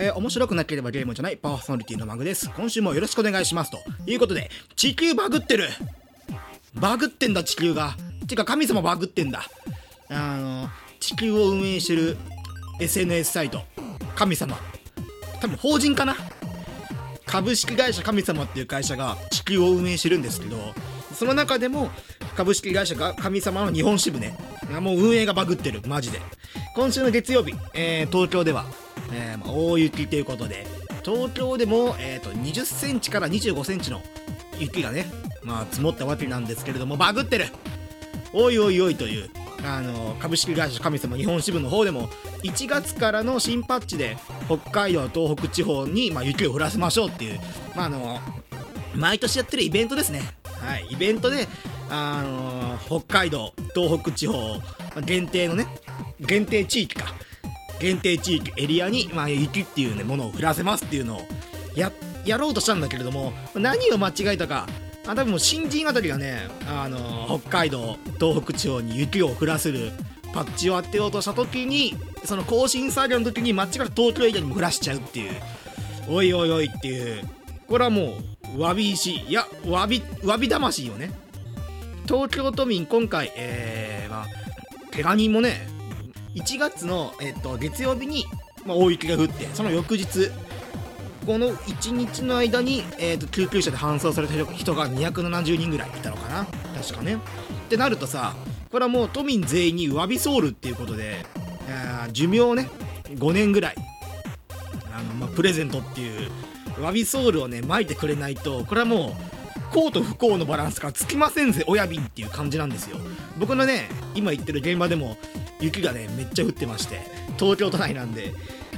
面白くなければゲームじゃないパーソナリティのマグです。今週もよろしくお願いしますということで、地球バグってる、バグってんだ地球が。てか神様バグってんだ。地球を運営してる SNS サイト神様、多分法人かな、株式会社神様っていう会社が地球を運営してるんですけど、その中でも株式会社が神様の日本支部ね、もう運営がバグってる、マジで。今週の月曜日、東京では、大雪ということで、東京でも、20センチから25センチの雪がね、積もったわけなんですけれども、バグってる、おいおいおいという、株式会社神様日本支部の方でも1月からの新パッチで北海道東北地方に、雪を降らせましょうっていう、毎年やってるイベントですね。はい、イベントで、北海道東北地方限定のね、限定地域エリアに、雪っていうねものを降らせますっていうのをやろうとしたんだけれども、何を間違えたか、多分もう新人あたりがね、北海道東北地方に雪を降らせるパッチを当てようとした時に、その更新作業の時に間違って東京エリアにも降らしちゃうっていう、おいおいおいっていう、これはもうわび石、いやわび魂よね。東京都民今回、怪我人もね、1月の、月曜日に、大雪が降って、その翌日この1日の間に、救急車で搬送された人が270人ぐらいいたのかな、確かね。ってなるとさ、これはもう都民全員にわびソウルっていうことで、寿命をね5年ぐらいプレゼントっていうわびソウルをね撒いてくれないと、これはもう幸と不幸のバランスがつきませんぜ親瓶っていう感じなんですよ。僕のね今行ってる現場でも雪がねめっちゃ降ってまして、東京都内なんで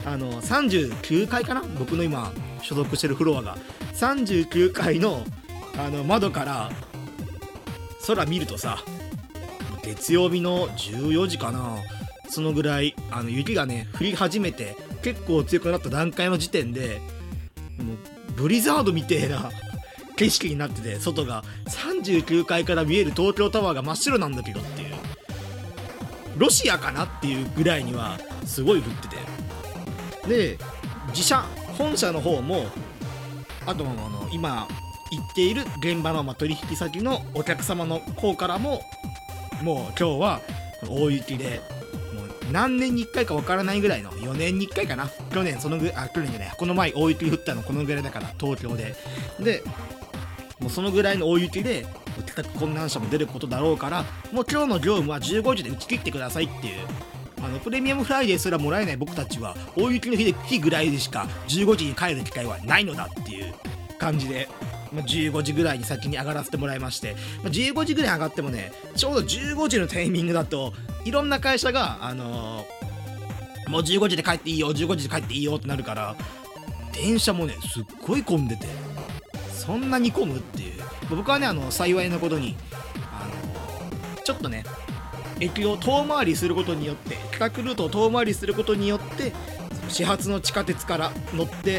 39階かな、僕の今所属してるフロアが39階の窓から空見るとさ、月曜日の14時かな、そのぐらい雪がね降り始めて結構強くなった段階の時点で、もうブリザードみてえな景色になってて、外が39階から見える東京タワーが真っ白なんだけどっていう、ロシアかなっていうぐらいにはすごい降ってて、で本社の方も、あと今行っている現場の取引先のお客様の方からも、もう今日は大雪でもう何年に1回かわからないぐらいの、4年に1回かな、去年じゃない、この前大雪降ったのこのぐらいだから、東京でもうそのぐらいの大雪で帰宅困難者も出ることだろうから、もう今日の業務は15時で打ち切ってくださいっていう、プレミアムフライデーすらもらえない僕たちは大雪の日ぐらいでしか15時に帰る機会はないのだっていう感じで、15時ぐらいに先に上がらせてもらいまして、15時ぐらい上がってもね、ちょうど15時のタイミングだといろんな会社がもう15時で帰っていいよ15時で帰っていいよってなるから、電車もねすっごい混んでて、そんなに混むっていう、僕はね幸いなことにちょっとね駅を遠回りすることによって、企画ルートを遠回りすることによって、始発の地下鉄から乗って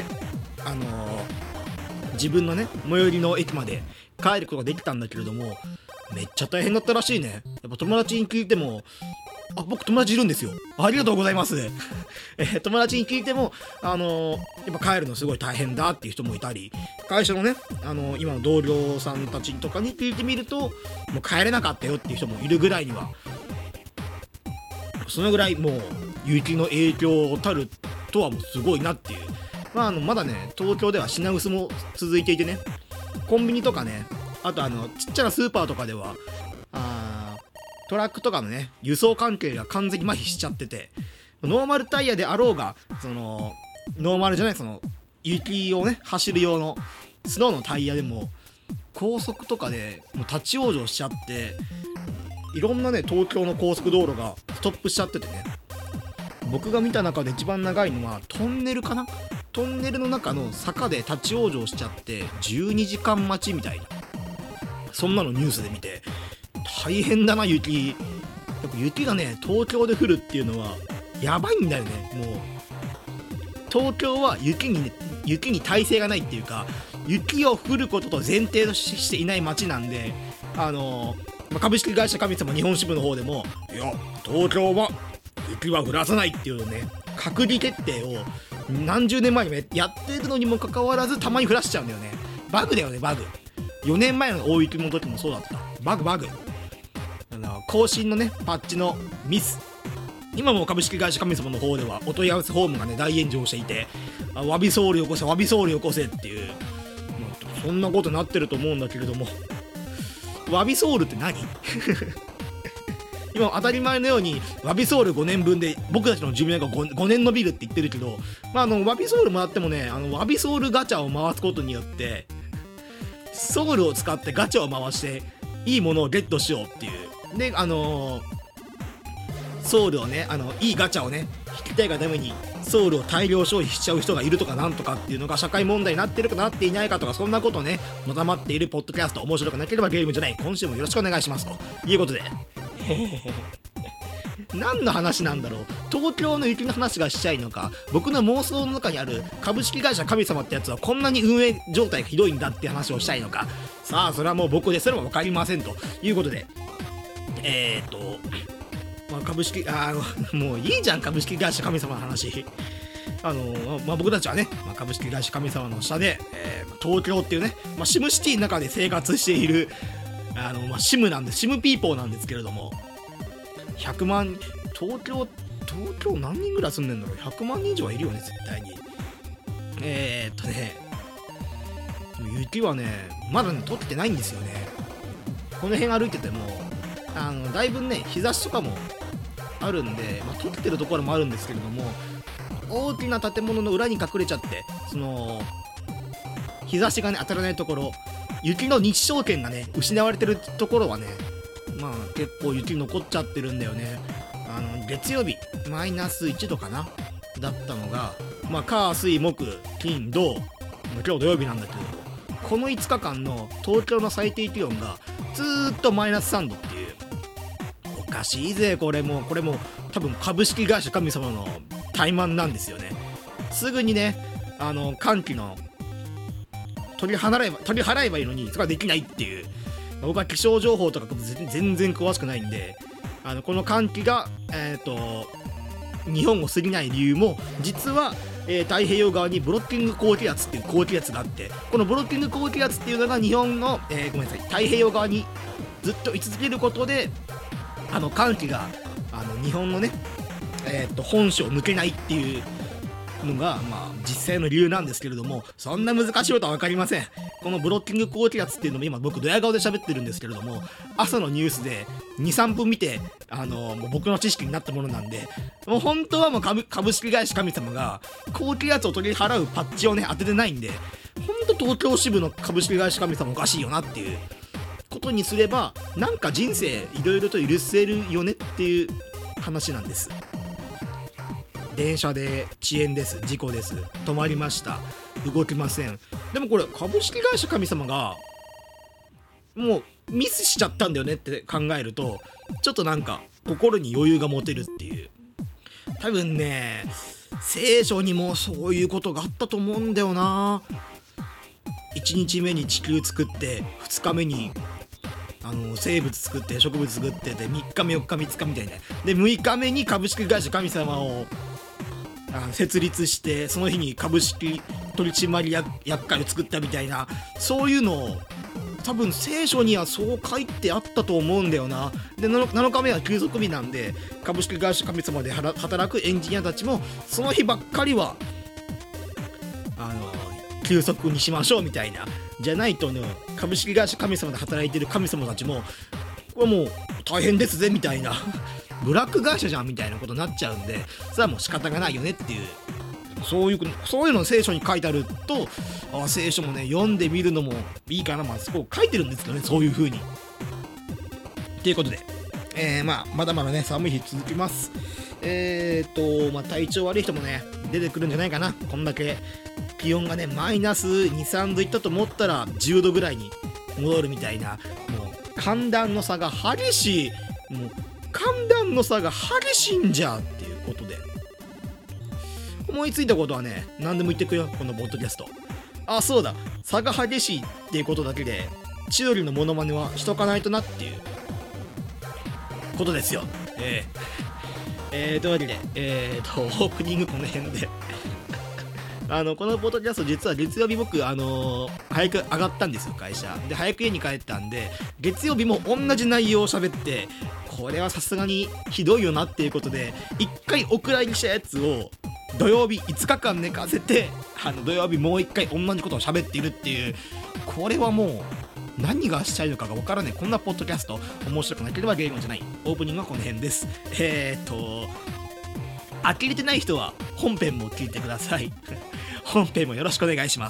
自分のね最寄りの駅まで帰ることができたんだけれども、めっちゃ大変だったらしいね。やっぱ友達に聞いても、僕友達いるんですよ、ありがとうございます友達に聞いてもやっぱ帰るのすごい大変だっていう人もいたり、会社のね今の同僚さんたちとかに聞いてみると、もう帰れなかったよっていう人もいるぐらいには、そのぐらいもう雪の影響たるとはもうすごいなっていう。まだね東京では品薄も続いていてね、コンビニとかね、あとちっちゃなスーパーとかではトラックとかのね輸送関係が完全に麻痺しちゃってて、ノーマルタイヤであろうが、ノーマルじゃない雪をね走る用のスノーのタイヤでも高速とかでもう立ち往生しちゃって、いろんなね東京の高速道路がストップしちゃっててね、僕が見た中で一番長いのはトンネルかな、トンネルの中の坂で立ち往生しちゃって12時間待ちみたいな、そんなのニュースで見て、大変だな雪。やっぱ雪がね東京で降るっていうのはやばいんだよね。もう東京は雪に耐性がないっていうか、雪を降ることと前提としていない街なんで、株式会社神様日本支部の方でも、いや東京は雪は降らさないっていうね閣議決定を何十年前にもやってるのにもかかわらずたまに降らしちゃうんだよね。バグだよね、バグ。4年前の大雪の時もそうだった。バグ更新のねパッチのミス。今も株式会社神様の方ではお問い合わせフォームがね大炎上していて、わびソウルよこせっていう、そんなことになってると思うんだけれども、わびソウルって何今当たり前のようにわびソウル5年分で僕たちの寿命が 5年伸びるって言ってるけど、わびソウルもらってもね、わびソウルガチャを回すことによってソウルを使ってガチャを回していいものをゲットしようっていうで、ソウルをねいいガチャをね引きたいがためにソウルを大量消費しちゃう人がいるとかなんとかっていうのが社会問題になってるかなっていないかとか、そんなことをねのたまっているポッドキャスト、面白くなければゲームじゃない、今週もよろしくお願いしますということで何の話なんだろう。東京の雪の話がしたいのか、僕の妄想の中にある株式会社神様ってやつはこんなに運営状態がひどいんだって話をしたいのか、さあそれはもう僕ですらも分かりませんということで、株式もういいじゃん株式会社神様の話。僕たちはね、株式会社神様の下で、東京っていうね、シムシティの中で生活しているシムなんで、シムピーポーなんですけれども、100万東京何人ぐらい住んでんだろう。100万人以上はいるよね絶対に。雪はねまだね溶けてないんですよね。この辺歩いててもだいぶね日差しとかもあるんで、溶けてるところもあるんですけれども、大きな建物の裏に隠れちゃって、その日差しがね当たらないところ、雪の日照権がね失われてるところはね、結構雪残っちゃってるんだよね。月曜日マイナス1度かなだったのが、火水木金土、今日土曜日なんだけど、この5日間の東京の最低気温がずーっとマイナス3度っていう、おかしいぜこれも多分株式会社神様の怠慢なんですよね。すぐにね寒気の取り払えばいいのにそれができないっていう。僕は気象情報とか全然詳しくないんで、この寒気が日本を過ぎない理由も実は、太平洋側にブロッキング高気圧っていう高気圧があって、このブロッキング高気圧っていうのが日本の、太平洋側にずっと居続けることで、寒気が日本のね、本州を抜けないっていうのが、実際の理由なんですけれども、そんな難しいことは分かりません。このブロッキング高気圧っていうのも今僕ドヤ顔で喋ってるんですけれども、朝のニュースで 2,3 分見てもう僕の知識になったものなんで、もう本当はもう株式会社神様が高気圧を取り払うパッチをね当ててないんで、本当東京支部の株式会社神様おかしいよなっていうことにすれば、なんか人生いろいろと許せるよねっていう話なんです。電車で遅延です、事故です、止まりました、動きません。でもこれ株式会社神様がもうミスしちゃったんだよねって考えると、ちょっとなんか心に余裕が持てるっていう。多分ね聖書にもそういうことがあったと思うんだよな。1日目に地球作って、2日目に生物作って植物作ってで、3日目4日3日みたいなで、6日目に株式会社神様を設立して、その日に株式取締役会を作ったみたいな、そういうのを多分聖書にはそう書いてあったと思うんだよな。で 7日目は休息日なんで、株式会社神様で働くエンジニアたちもその日ばっかりは休息にしましょうみたいな。じゃないとね、株式会社神様で働いてる神様たちもこれもう大変ですぜみたいなブラック会社じゃんみたいなことになっちゃうんで、それはもう仕方がないよねっていう、そういうの聖書に書いてあると、聖書もね読んでみるのもいいかな。そこ書いてるんですけどね、そういう風に。ということで、まだまだね寒い日続きます。体調悪い人もね出てくるんじゃないかな。こんだけ気温がねマイナス 2,3 度いったと思ったら10度ぐらいに戻るみたいな、もう寒暖の差が激しい、もう寒暖の差が激しいんじゃっていうことで、思いついたことはね何でも言ってくよこのポッドキャスト。そうだ、差が激しいっていうことだけで千鳥のモノマネはしとかないとなっていうことですよ。というわけでオープニングこの辺でこのポッドキャスト実は月曜日僕早く上がったんですよ、会社で。早く家に帰ったんで、月曜日も同じ内容を喋って、これはさすがにひどいよなっていうことで、1回お蔵入りしたやつを土曜日5日間寝かせて、土曜日もう1回同じことを喋っているっていう、これはもう何がしたいのかが分からない。こんなポッドキャスト面白くなければゲームじゃない。オープニングはこの辺です。呆れてない人は本編も聞いてください本編もよろしくお願いします。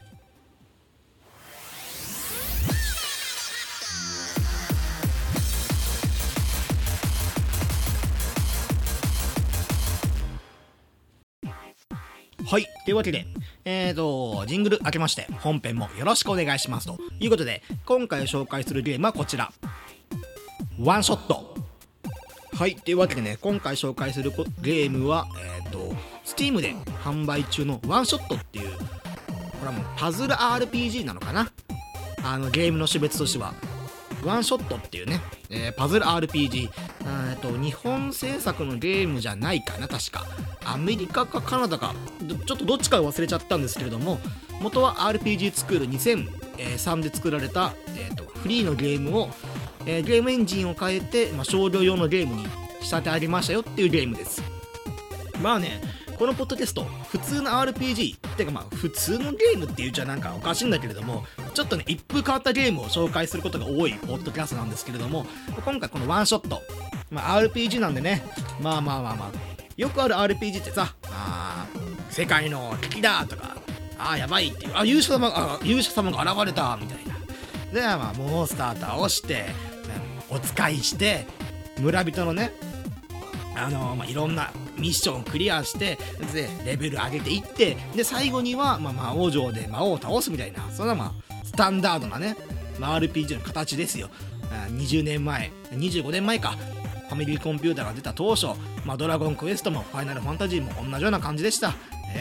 はい、というわけでジングル開けまして本編もよろしくお願いしますということで、今回紹介するゲームはこちら、ワンショット。はい、というわけでね、今回紹介するゲームはSteam で販売中のワンショットっていう、これはもうパズル RPG なのかな、ゲームの種別としてはワンショットっていうね、パズル RPG、日本制作のゲームじゃないかな、確かアメリカかカナダかちょっとどっちか忘れちゃったんですけれども、元は RPG スクール2003で作られた、フリーのゲームを、ゲームエンジンを変えて、商業用のゲームに仕立て上げましたよっていうゲームです。まあね、このポッドキャスト普通の RPG ってか、普通のゲームっていうじゃなんかおかしいんだけれども、ちょっとね一風変わったゲームを紹介することが多いポッドキャストなんですけれども、今回このワンショット、RPG なんでね、よくある RPG ってさ、世界の敵だとか、やばいっていう、勇者様が現れたみたいなで、モンスター倒してお使いして村人のねいろんなミッションをクリアしてでレベル上げていって、で最後には、魔王城で魔王を倒すみたいな、そんなスタンダードなね、RPG の形ですよ。20年前25年前か、ファミリーコンピューターが出た当初、ドラゴンクエストもファイナルファンタジーも同じような感じでした。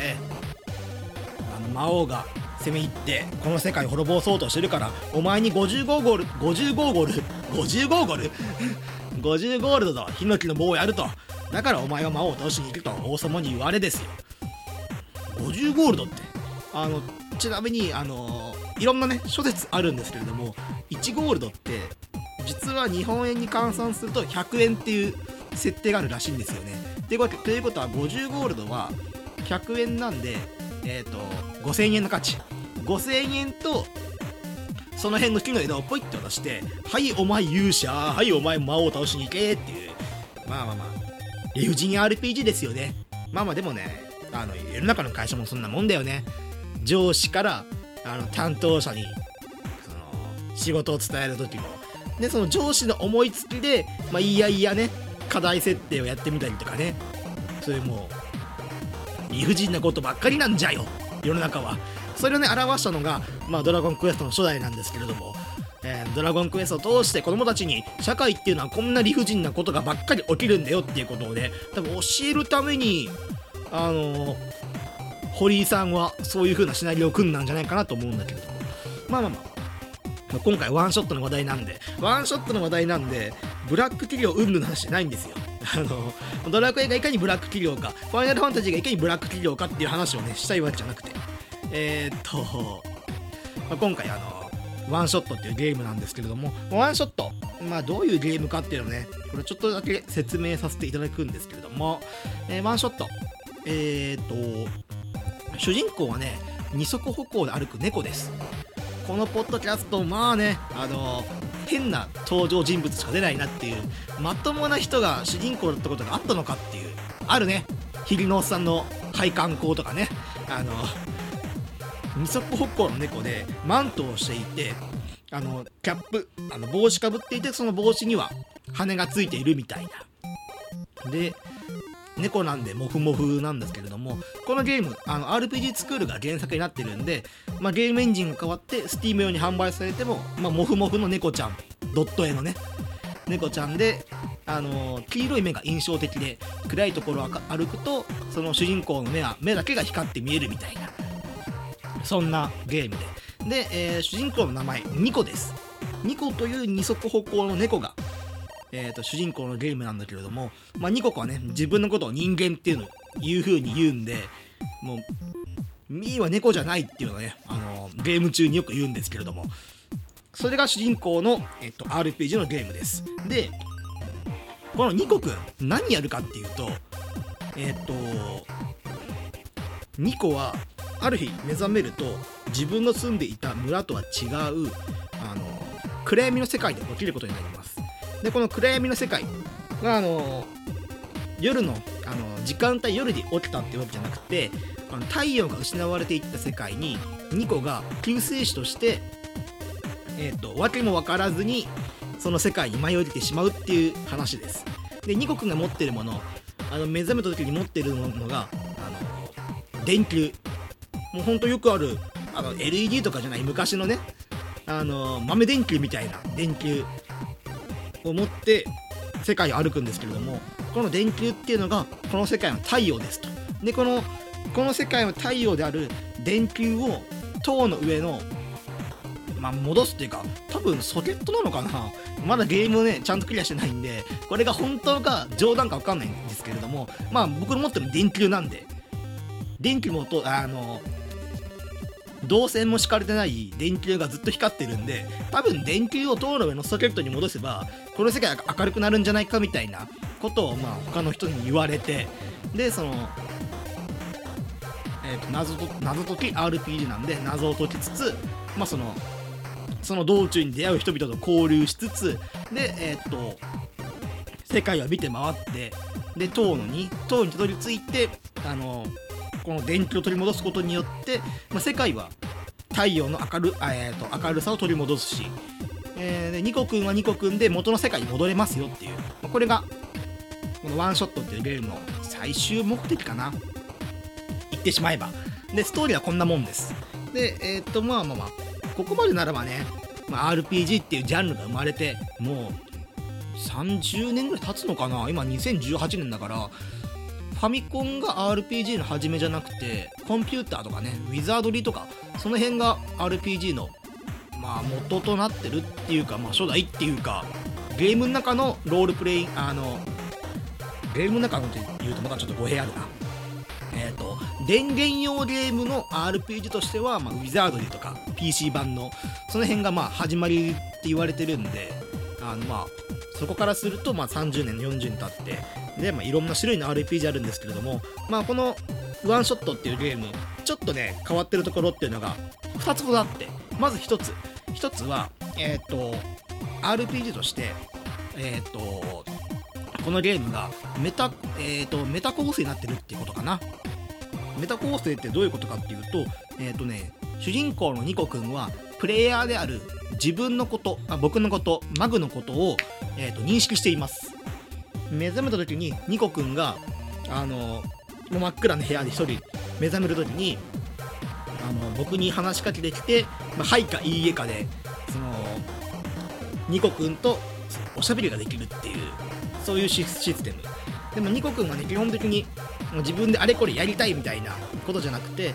魔王が攻め入ってこの世界を滅ぼそうとしてるから、お前に55ゴールドとヒノキの棒をやると、だからお前は魔王を倒しに行くと王様に言われですよ。50ゴールドってちなみにいろんなね諸説あるんですけれども、1ゴールドって実は日本円に換算すると100円っていう設定があるらしいんですよね。ということは50ゴールドは100円なんで、5000円の価値、5000円とその辺の木の枝をポイって渡して、はいお前勇者、はいお前魔王を倒しに行けっていう、理不尽 RPG ですよね。でもね、世の中の会社もそんなもんだよね。上司から担当者に仕事を伝える時もで、その上司の思いつきでいやね課題設定をやってみたりとかね、そういうもう理不尽なことばっかりなんじゃよ世の中は。それをね表したのが、ドラゴンクエストの初代なんですけれども、ドラゴンクエストを通して子供たちに社会っていうのはこんな理不尽なことがばっかり起きるんだよっていうことをね、多分教えるために堀井さんはそういう風なシナリオを組んだんじゃないかなと思うんだけれども、今回ワンショットの話題なんでブラック企業云々の話じゃないんですよ。ドラクエがいかにブラック企業か、ファイナルファンタジーがいかにブラック企業かっていう話をねしたいわけじゃなくて、今回ワンショットっていうゲームなんですけれども、ワンショットどういうゲームかっていうのをね、これちょっとだけ説明させていただくんですけれども、ワンショット主人公はね二足歩行で歩く猫です。このポッドキャスト変な登場人物しか出ないなっていう、まともな人が主人公だったことがあったのかっていう、あるね、ひげのおっさんの配管工とかね、二足歩行の猫でマントをしていて、キャップ帽子かぶっていて、その帽子には羽がついているみたいなで、猫なんでモフモフなんですけれども、このゲームRPG スクールが原作になってるんで、ゲームエンジンが変わって Steam 用に販売されても、モフモフの猫ちゃん、ドット絵のね猫ちゃんで、黄色い目が印象的で、暗いところを歩くとその主人公の目だけが光って見えるみたいな、そんなゲームで、主人公の名前ニコです。ニコという二足歩行の猫が主人公のゲームなんだけれども、ニココはね自分のことを人間っていう風に言うんで、もうミーは猫じゃないっていうのをね、ゲーム中によく言うんですけれども、それが主人公の、RPG のゲームです。でこのニコくん何やるかっていうと、ニコはある日目覚めると、自分の住んでいた村とは違う暗闇の世界で起きることになります。でこの暗闇の世界が夜の時間帯、夜に起きたっていうわけじゃなくて、太陽が失われていった世界にニコが救世主として訳も分からずにその世界に迷いてしまうっていう話です。でニコくんが持ってるもの、目覚めた時に持ってるのが電球。もうほんとよくあるLED とかじゃない昔のね豆電球みたいな電球を持って世界を歩くんですけれども、この電球っていうのがこの世界の太陽ですと。でこの世界の太陽である電球を塔の上の戻すっていうか、多分ソケットなのかな、まだゲームをねちゃんとクリアしてないんで、これが本当か冗談か分かんないんですけれども、僕の持ってる電球なんで、電気も導線も敷かれてない電球がずっと光ってるんで、多分電球を塔の上のソケットに戻せばこの世界が明るくなるんじゃないかみたいなことを他の人に言われて、でその謎解き RPG なんで謎を解きつつ、その道中に出会う人々と交流しつつで、世界を見て回って、で塔にたどり着いてこの電気を取り戻すことによって、世界は太陽の明るさを取り戻すし、でニコくんはニコくんで元の世界に戻れますよっていう、これがこのワンショットっていうゲームの最終目的かな、言ってしまえば。でストーリーはこんなもんです。でここまでならばね、RPG っていうジャンルが生まれてもう30年ぐらい経つのかな。今2018年だから、ファミコンが RPG の初めじゃなくて、コンピューターとかね、ウィザードリーとかその辺が RPG の元となってるっていうか、初代っていうか、ゲームの中のロールプレイゲームの中のって言うとまたちょっと語弊あるな。電源用ゲームの RPG としては、ウィザードリーとか PC 版のその辺が始まりって言われてるんで、そこからすると30年40年経ってで、いろんな種類の RPG あるんですけれども、このワンショットっていうゲームちょっとね変わってるところっていうのが2つほどあって、まず1つはRPG としてこのゲームがメタ構成になってるっていうことかな。メタ構成ってどういうことかっていうと、主人公のニコくんはプレイヤーである自分のこと、僕のこと、マグのことを、認識しています。目覚めた時にニコくんがもう真っ暗な部屋で一人目覚める時に僕に話しかけてきて、はいかいいえかでそのニコくんとおしゃべりができるっていう、そういうシステムでもニコくんはね基本的に自分であれこれやりたいみたいなことじゃなくて、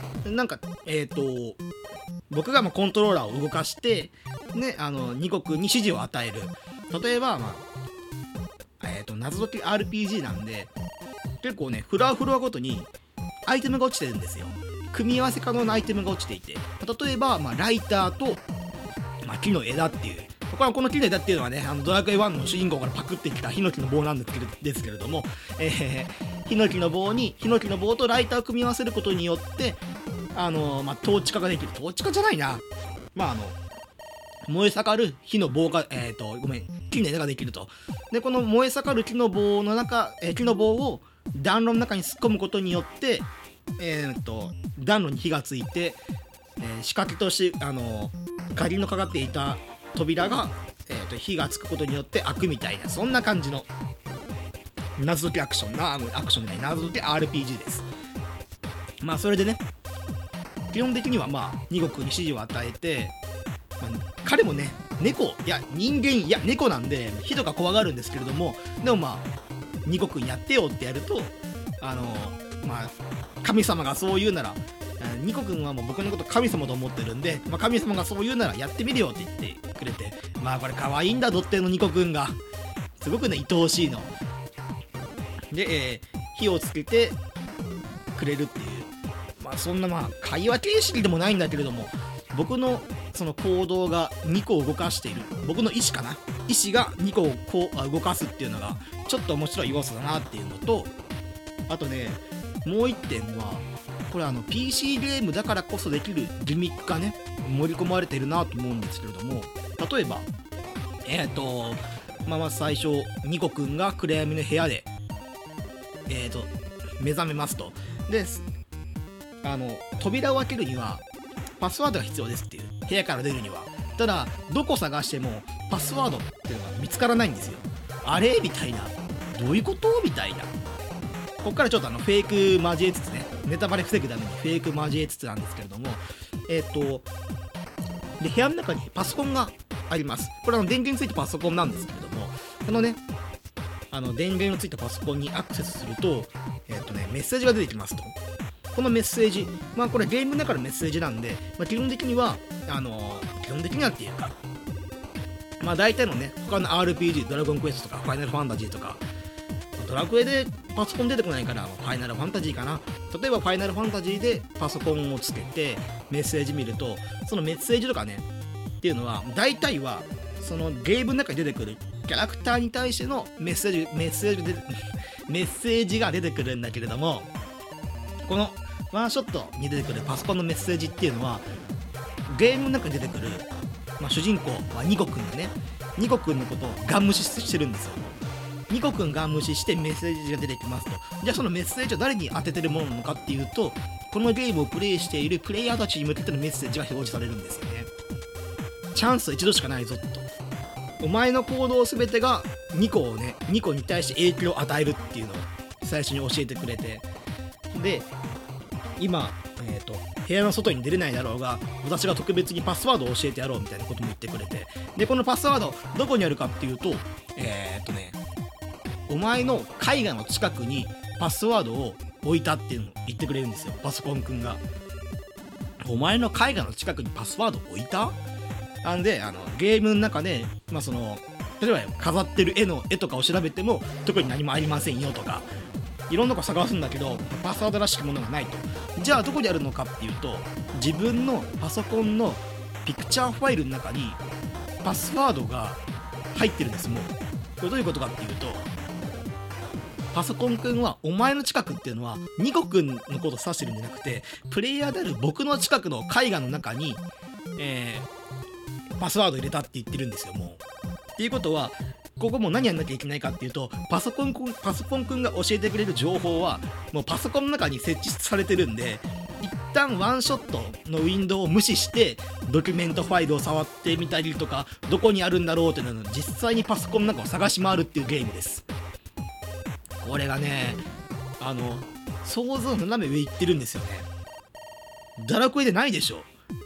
僕がコントローラーを動かしてね、ニコくんに指示を与える。例えば謎解き RPG なんで結構ねフロアごとにアイテムが落ちてるんですよ。組み合わせ可能なアイテムが落ちていて、例えばライターと、木の枝っていう、この木の枝っていうのはねドラクエ1の主人公からパクってきたヒノキの棒なんですけれども、ヒノキの棒とライターを組み合わせることによって統治化ができる。統治化じゃないな、燃え盛る木の棒が木の枝ができると。でこの燃え盛る木の棒を暖炉の中に突っ込むことによって暖炉に火がついて、仕掛けとして鍵のかかっていた扉が、火がつくことによって開くみたいな、そんな感じの謎解き謎解き RPG です。それでね基本的にはニコくんに指示を与えて、彼もね人間猫なんで火とか怖がるんですけれども、でもニコくんやってよってやると神様がそう言うなら、ニコくんはもう僕のこと神様と思ってるんで、神様がそう言うならやってみるよって言ってくれて、これ可愛いんだドッテンのニコくんがすごくね愛おしいので、火をつけてくれるっていう、 そんな会話形式でもないんだけれども、僕のその行動が2個を動かしている、僕の意思が2個を動かすっていうのがちょっと面白い要素だなっていうのと、あとね、もう1点はこれPC ゲームだからこそできるギミックがね盛り込まれているなと思うんですけれども、例えば最初ニコくんが暗闇の部屋で目覚めますと。で扉を開けるにはパスワードが必要ですっていう、部屋から出るには。ただどこ探してもパスワードっていうのが見つからないんですよ。あれみたいな、どういうことみたいな。ここからちょっとフェイク交えつつね、ネタバレ防ぐためにフェイク交えつつなんですけれども、で部屋の中にパソコンがあります。これ電源ついたパソコンなんですけれども、このね電源のついたパソコンにアクセスするとメッセージが出てきますと。このメッセージ、これゲームの中のメッセージなんで、基本的にはっていうか、大体のね他の RPG、ドラゴンクエストとかファイナルファンタジーとか、ドラクエでパソコン出てこないからファイナルファンタジーかな。例えばファイナルファンタジーでパソコンをつけてメッセージ見ると、そのメッセージとかねっていうのは大体はそのゲームの中に出てくるキャラクターに対してのメッセージが出てくるんだけれども、このワンショットに出てくるパソコンのメッセージっていうのはゲームの中に出てくる、主人公はニコくんがね、ニコくんのことをガン無視してるんですよ。ニコくんガン無視してメッセージが出てきますと。じゃあそのメッセージを誰に当ててるものなのかっていうと、このゲームをプレイしているプレイヤーたちに向けてのメッセージが表示されるんですよね。チャンスは一度しかないぞと。お前の行動すべてがニコに対して影響を与えるっていうのを最初に教えてくれて、で今、部屋の外に出れないだろうが、私が特別にパスワードを教えてやろうみたいなことも言ってくれて、でこのパスワードどこにあるかっていうと、お前の絵画の近くにパスワードを置いたっていうのを言ってくれるんですよ、パソコンくんが。お前の絵画の近くにパスワード置いた？なんでゲームの中で、例えば飾ってる絵とかを調べても特に何もありませんよとか、いろんなとこ探すんだけどパスワードらしきものがないと。じゃあどこにあるのかっていうと、自分のパソコンのピクチャーファイルの中にパスワードが入ってるんです。もうこれどういうことかっていうと、パソコンくんはお前の近くっていうのはニコくんのことを指してるんじゃなくて、プレイヤーである僕の近くの絵画の中に、パスワード入れたって言ってるんですよ。もうっていうことは、ここも何やんなきゃいけないかっていうと、パソコンくんが教えてくれる情報はもうパソコンの中に設置されてるんで、一旦ワンショットのウィンドウを無視してドキュメントファイルを触ってみたりとか、どこにあるんだろうっていうのを実際にパソコンの中を探し回るっていうゲームです。これがね想像の斜め上行ってるんですよね。ドラクエでないでしょ。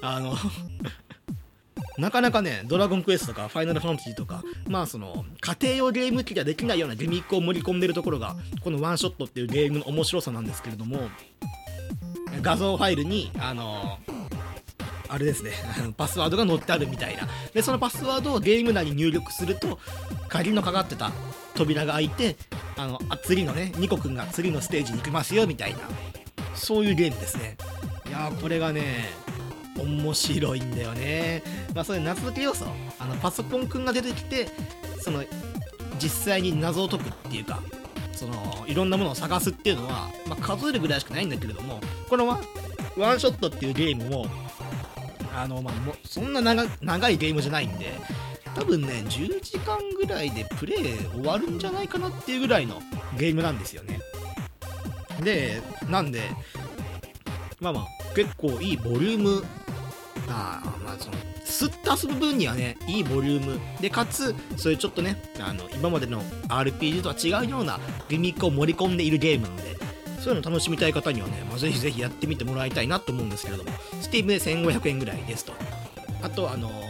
なかなかね、ドラゴンクエストとかファイナルファンタジーとか、その家庭用ゲーム機ではできないようなギミックを盛り込んでるところがこのワンショットっていうゲームの面白さなんですけれども、画像ファイルにあれですねパスワードが載ってあるみたいな。でそのパスワードをゲーム内に入力すると鍵のかかってた扉が開いて、次のねニコくんが次のステージに行きますよみたいな、そういうゲームですね。いやー、これがね面白いんだよね。そういう謎解き要素、パソコンくんが出てきて、その実際に謎を解くっていうか、そのいろんなものを探すっていうのは、数えるぐらいしかないんだけれども、このワンショットっていうゲームももうそんな長いゲームじゃないんで、多分ね10時間ぐらいでプレイ終わるんじゃないかなっていうぐらいのゲームなんですよね。でなんで結構いいボリューム、そのスッと遊ぶ分にはねいいボリュームで、かつそういうちょっとね今までの RPG とは違うようなギミックを盛り込んでいるゲームなので、そういうの楽しみたい方にはね、ぜひぜひやってみてもらいたいなと思うんですけれども、Steam で1500円ぐらいですと。あと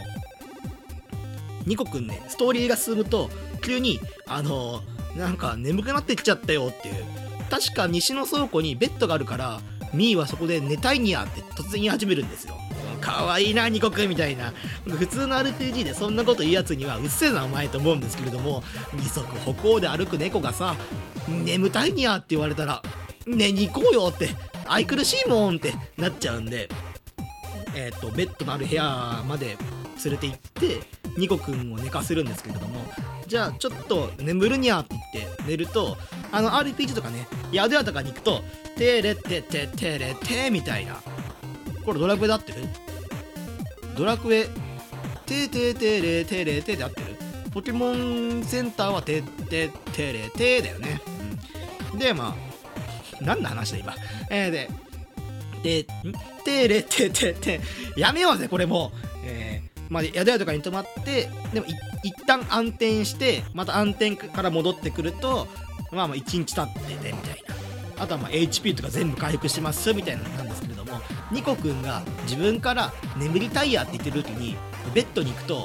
ニコくんね、ストーリーが進むと急になんか眠くなってきちゃったよっていう、確か西の倉庫にベッドがあるからミーはそこで寝たいにゃって突然言い始めるんですよ。かわいいなニコくんみたいな。普通の RPG でそんなこと言うやつにはうっせえなお前と思うんですけれども、二足歩行で歩く猫がさ眠たいにゃって言われたら寝に行こうよって愛くるしいもんってなっちゃうんで、ベッドのある部屋まで連れて行ってニコくんを寝かせるんですけれども、じゃあちょっと眠るにゃって言って寝ると、RPG とかね、宿屋とかに行くとテレテテテレテみたいな、これドラクエで合ってる？ドラクエテテテレテレテで合ってる？ポケモンセンターはテテテレテだよね、でまあ何の話だ今、でテレテテテやめようぜこれもまあ、宿屋とかに泊まって、でも一旦暗転してまた暗転から戻ってくると、まあ1日経っててみたいな、あとはまあ HP とか全部回復してますみたいなのなんですけれども、ニコくんが自分から眠りたいやって言ってる時にベッドに行くと、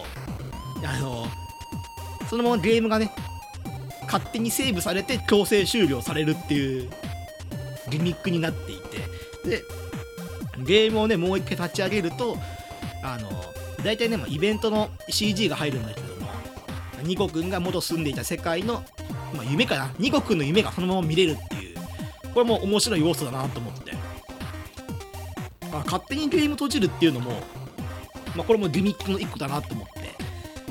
そのままゲームがね勝手にセーブされて強制終了されるっていうギミックになっていて、でゲームをねもう一回立ち上げると大体ね、イベントの CG が入るんだけども、ニコくんが元住んでいた世界の、夢かな、ニコくんの夢がそのまま見れるっていう、これも面白い要素だなと思って、勝手にゲーム閉じるっていうのも、これもギミックの一個だなと思って、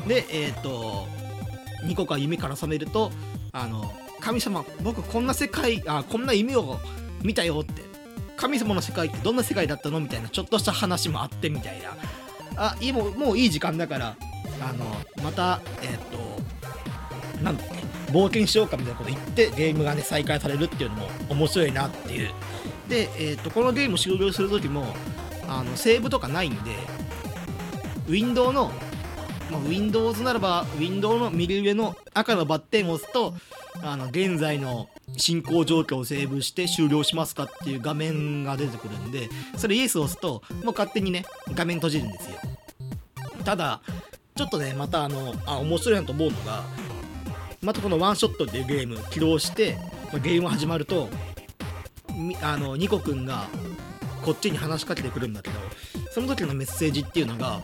でニコが夢から覚めると、神様僕こんな世界こんな夢を見たよって、神様の世界ってどんな世界だったのみたいなちょっとした話もあってみたいな、もういい時間だからまたなんだっけ冒険しようかみたいなこと言ってゲームがね再開されるっていうのも面白いなっていう。でこのゲーム終了する時もセーブとかないんで、ウィンドウのWindows ならばウィンドウの右上の赤のバッテンを押すと現在の進行状況をセーブして終了しますかっていう画面が出てくるんで、それイエスを押すともう勝手にね画面閉じるんですよ。ただちょっとねまた面白いなと思うのが、またこのワンショットっていうゲーム起動してゲーム始まるとニコくんがこっちに話しかけてくるんだけど、その時のメッセージっていうのが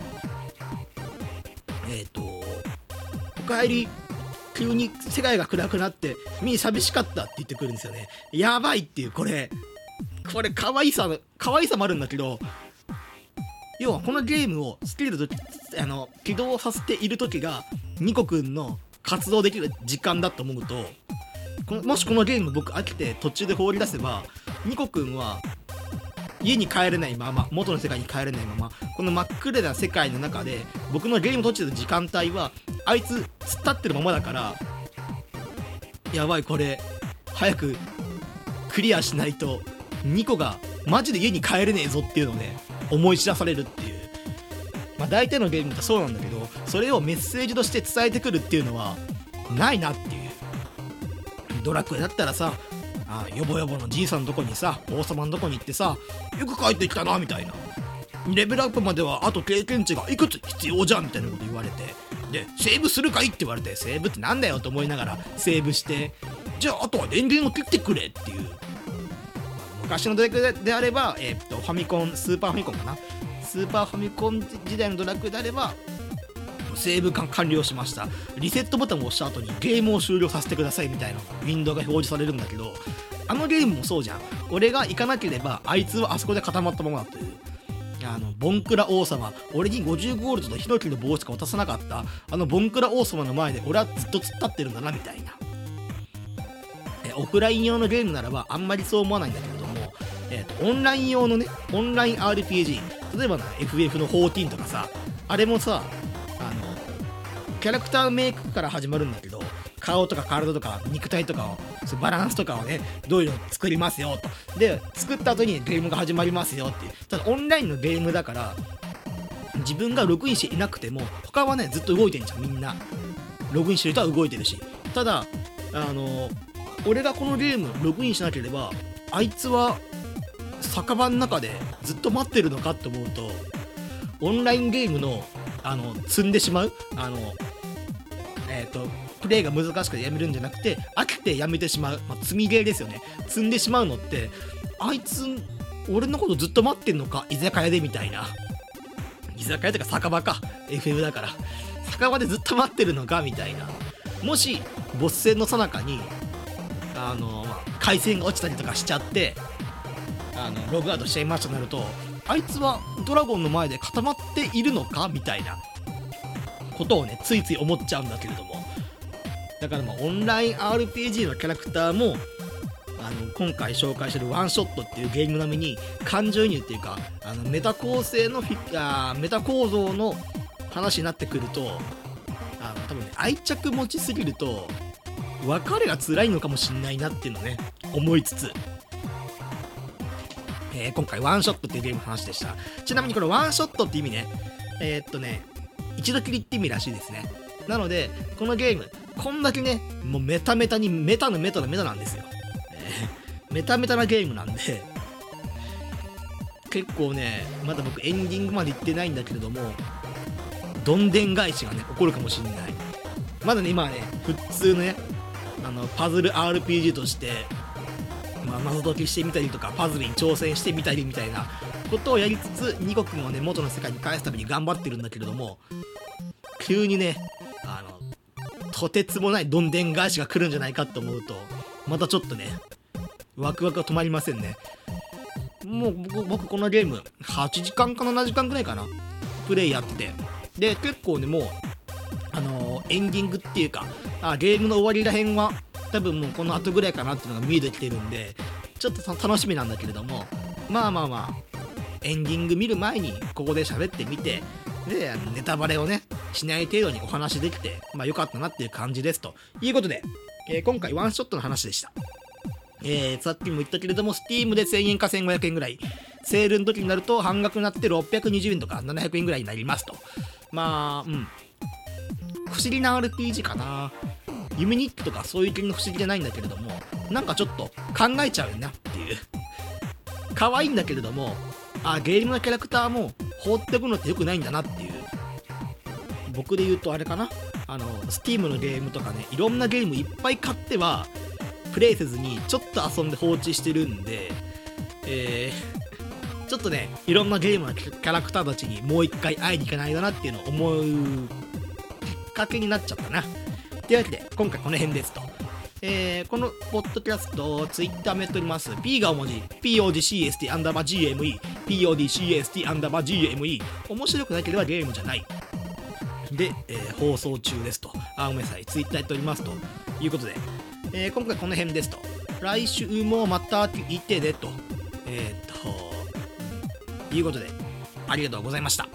おかえり、急に世界が暗くなって寂しかったって言ってくるんですよね。やばいっていう、これ可愛さもあるんだけど、要はこのゲームをスキルと起動させている時がニコくんの活動できる時間だと思うと、もしこのゲーム僕飽きて途中で放り出せば、ニコくんは家に帰れないまま、元の世界に帰れないまま、この真っ暗な世界の中で僕のゲーム閉じてる時間帯はあいつ突っ立ってるままだから、やばいこれ早くクリアしないとニコがマジで家に帰れねえぞっていうのをね思い知らされるっていう、大体のゲームってそうなんだけど、それをメッセージとして伝えてくるっていうのはないなっていう。ドラクエだったらさ、ヨボヨボのじいさんのとこにさ、王様のとこに行ってさ、よく帰ってきたなみたいな、レベルアップまではあと経験値がいくつ必要じゃんみたいなこと言われて、でセーブするかいって言われて、セーブってなんだよと思いながらセーブして、じゃああとは電源を切ってくれっていう。昔のドラクエであれば、ファミコン、スーパーファミコンかな、スーパーファミコン時代のドラクエであればセーブ完了しました、リセットボタンを押した後にゲームを終了させてくださいみたいなウィンドウが表示されるんだけど、ゲームもそうじゃん。俺が行かなければあいつはあそこで固まったままだという。ボンクラ王様、俺に50ゴールドとヒノキの棒しか渡さなかったボンクラ王様の前で俺はずっと突っ立ってるんだなみたいな。オフライン用のゲームならばあんまりそう思わないんだけれども、オンライン用のね、オンライン RPG、 例えばFF の14とかさ、あれもさキャラクターメイクから始まるんだけど、顔とか体とか肉体とかをバランスとかをねどういうの作りますよと、で作った後にゲームが始まりますよっていう。ただオンラインのゲームだから自分がログインしていなくても他はねずっと動いてるんじゃん。みんなログインしてる人は動いてるし、ただ俺がこのゲームログインしなければあいつは酒場の中でずっと待ってるのかって思うと、オンラインゲームの積んでしまうプレイが難しくてやめるんじゃなくて飽きてやめてしまう、積みゲーですよね。積んでしまうのって、あいつ俺のことずっと待ってんのか居酒屋でみたいな、居酒屋とか酒場か FM だから酒場でずっと待ってるのかみたいな。もしボス戦の最中に回線が落ちたりとかしちゃってログアウトしちゃいましたとなると、あいつはドラゴンの前で固まっているのかみたいなことをねついつい思っちゃうんだけれども、だからオンライン RPG のキャラクターも今回紹介してるワンショットっていうゲーム並みに感情移入っていうかメタ構成のメタ構造の話になってくると多分ね愛着持ちすぎると別れが辛いのかもしんないなっていうのをね思いつつ、今回ワンショットっていうゲームの話でした。ちなみにこのワンショットって意味ね一度きりって意味らしいですね。なのでこのゲームこんだけねもうメタメタにメタのメタのメタなんですよ、メタメタなゲームなんで結構ねまだ僕エンディングまで行ってないんだけれどもどんでん返しがね起こるかもしんない。まだね今はね普通のねパズル RPG として、謎解きしてみたりとかパズルに挑戦してみたりみたいなことをやりつつ二国をね元の世界に返すために頑張ってるんだけれども、急にねとてつもないどんでん返しが来るんじゃないかと思うとまたちょっとねワクワクが止まりませんね。もう僕このゲーム8時間か7時間くらいかなプレイやってて、で結構ねもうエンディングっていうかゲームの終わりらへんは多分もうこの後ぐらいかなっていうのが見えてきてるんでちょっと楽しみなんだけれども、まあエンディング見る前にここで喋ってみて、でネタバレをねしない程度にお話できて良かったなっていう感じですということで、今回ワンショットの話でした。さっきも言ったけれども Steam で1000円か1500円ぐらい、セールの時になると半額になって620円とか700円ぐらいになりますと。不思議な RPG かな。ユミニックとかそういう系の不思議じゃないんだけれども、なんかちょっと考えちゃうよなっていう可愛いんだけれどもゲームのキャラクターも放っておくのって良くないんだなっていう。僕で言うとあれかな、Steam のゲームとかねいろんなゲームいっぱい買ってはプレイせずにちょっと遊んで放置してるんで、ちょっとねいろんなゲームのキャラクターたちにもう一回会いに行かないだなっていうのを思うきっかけになっちゃったな。というわけで今回この辺ですと、このポッドキャスト Twitter もやっております。 P が大文字 PODCST_GME PODCST_GME 面白くなければゲームじゃないで、放送中ですと。ごめんなさい Twitter やっておりますということで、今回この辺ですと。来週もまた聞いてねということでありがとうございました。